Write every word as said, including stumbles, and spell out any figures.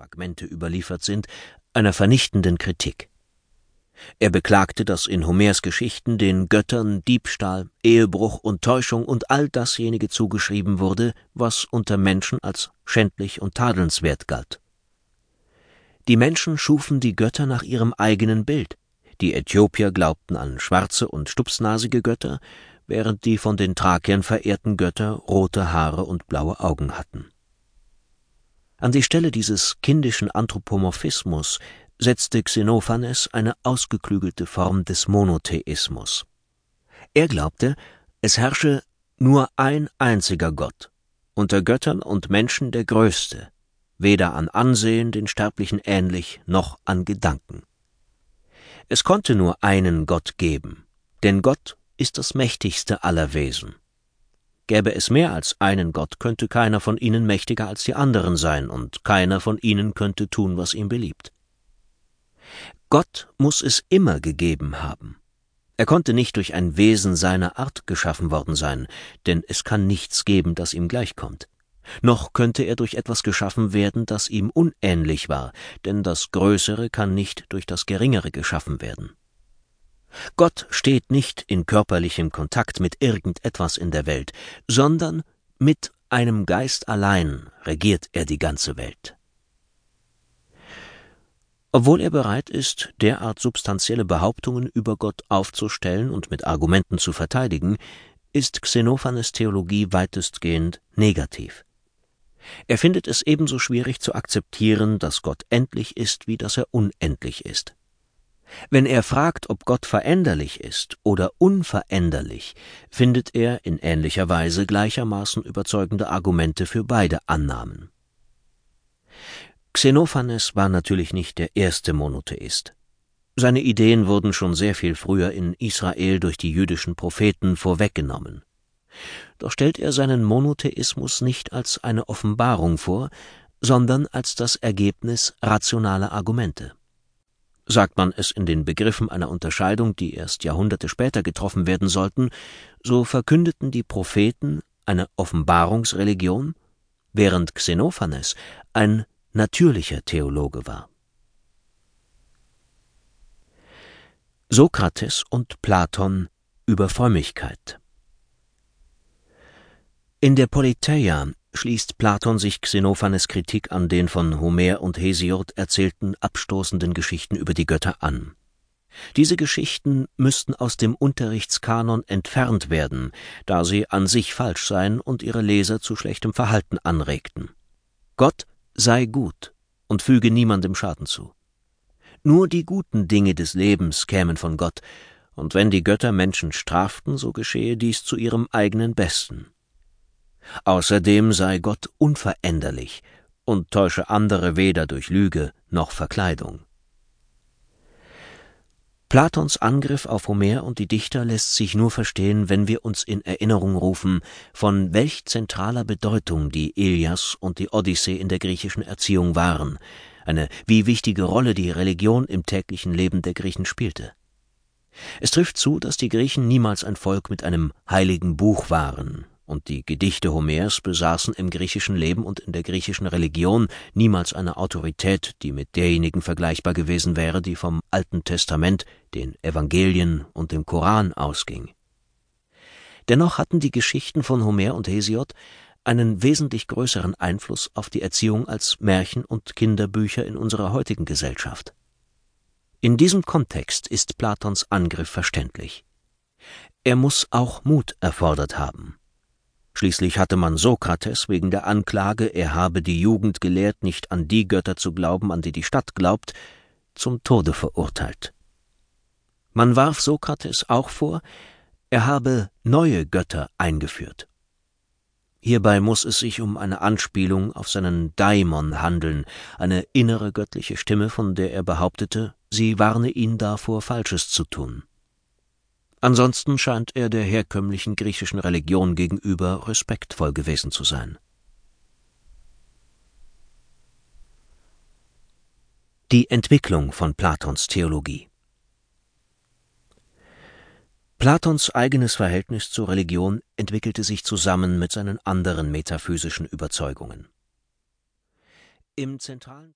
Fragmente überliefert sind, einer vernichtenden Kritik. Er beklagte, dass in Homers Geschichten den Göttern Diebstahl, Ehebruch und Täuschung und all dasjenige zugeschrieben wurde, was unter Menschen als schändlich und tadelnswert galt. Die Menschen schufen die Götter nach ihrem eigenen Bild. Die Äthiopier glaubten an schwarze und stupsnasige Götter, während die von den Thrakiern verehrten Götter rote Haare und blaue Augen hatten. An die Stelle dieses kindischen Anthropomorphismus setzte Xenophanes eine ausgeklügelte Form des Monotheismus. Er glaubte, es herrsche nur ein einziger Gott, unter Göttern und Menschen der Größte, weder an Ansehen den Sterblichen ähnlich, noch an Gedanken. Es konnte nur einen Gott geben, denn Gott ist das mächtigste aller Wesen. Gäbe es mehr als einen Gott, könnte keiner von ihnen mächtiger als die anderen sein, und keiner von ihnen könnte tun, was ihm beliebt. Gott muss es immer gegeben haben. Er konnte nicht durch ein Wesen seiner Art geschaffen worden sein, denn es kann nichts geben, das ihm gleichkommt. Noch könnte er durch etwas geschaffen werden, das ihm unähnlich war, denn das Größere kann nicht durch das Geringere geschaffen werden. Gott steht nicht in körperlichem Kontakt mit irgendetwas in der Welt, sondern mit einem Geist allein regiert er die ganze Welt. Obwohl er bereit ist, derart substanzielle Behauptungen über Gott aufzustellen und mit Argumenten zu verteidigen, ist Xenophanes' Theologie weitestgehend negativ. Er findet es ebenso schwierig zu akzeptieren, dass Gott endlich ist, wie dass er unendlich ist. Wenn er fragt, ob Gott veränderlich ist oder unveränderlich, findet er in ähnlicher Weise gleichermaßen überzeugende Argumente für beide Annahmen. Xenophanes war natürlich nicht der erste Monotheist. Seine Ideen wurden schon sehr viel früher in Israel durch die jüdischen Propheten vorweggenommen. Doch stellt er seinen Monotheismus nicht als eine Offenbarung vor, sondern als das Ergebnis rationaler Argumente. Sagt man es in den Begriffen einer Unterscheidung, die erst Jahrhunderte später getroffen werden sollten, so verkündeten die Propheten eine Offenbarungsreligion, während Xenophanes ein natürlicher Theologe war. Sokrates und Platon über Frömmigkeit. In der Politeia schließt Platon sich Xenophanes' Kritik an den von Homer und Hesiod erzählten abstoßenden Geschichten über die Götter an. Diese Geschichten müssten aus dem Unterrichtskanon entfernt werden, da sie an sich falsch seien und ihre Leser zu schlechtem Verhalten anregten. Gott sei gut und füge niemandem Schaden zu. Nur die guten Dinge des Lebens kämen von Gott, und wenn die Götter Menschen straften, so geschehe dies zu ihrem eigenen Besten. Außerdem sei Gott unveränderlich und täusche andere weder durch Lüge noch Verkleidung. Platons Angriff auf Homer und die Dichter lässt sich nur verstehen, wenn wir uns in Erinnerung rufen, von welch zentraler Bedeutung die Ilias und die Odyssee in der griechischen Erziehung waren, eine wie wichtige Rolle die Religion im täglichen Leben der Griechen spielte. Es trifft zu, dass die Griechen niemals ein Volk mit einem heiligen Buch waren, und die Gedichte Homers besaßen im griechischen Leben und in der griechischen Religion niemals eine Autorität, die mit derjenigen vergleichbar gewesen wäre, die vom Alten Testament, den Evangelien und dem Koran ausging. Dennoch hatten die Geschichten von Homer und Hesiod einen wesentlich größeren Einfluss auf die Erziehung als Märchen und Kinderbücher in unserer heutigen Gesellschaft. In diesem Kontext ist Platons Angriff verständlich. Er muss auch Mut erfordert haben. Schließlich hatte man Sokrates wegen der Anklage, er habe die Jugend gelehrt, nicht an die Götter zu glauben, an die die Stadt glaubt, zum Tode verurteilt. Man warf Sokrates auch vor, er habe neue Götter eingeführt. Hierbei muss es sich um eine Anspielung auf seinen Daimon handeln, eine innere göttliche Stimme, von der er behauptete, sie warne ihn davor, Falsches zu tun. Ansonsten scheint er der herkömmlichen griechischen Religion gegenüber respektvoll gewesen zu sein. Die Entwicklung von Platons Theologie. Platons eigenes Verhältnis zur Religion entwickelte sich zusammen mit seinen anderen metaphysischen Überzeugungen. Im zentralen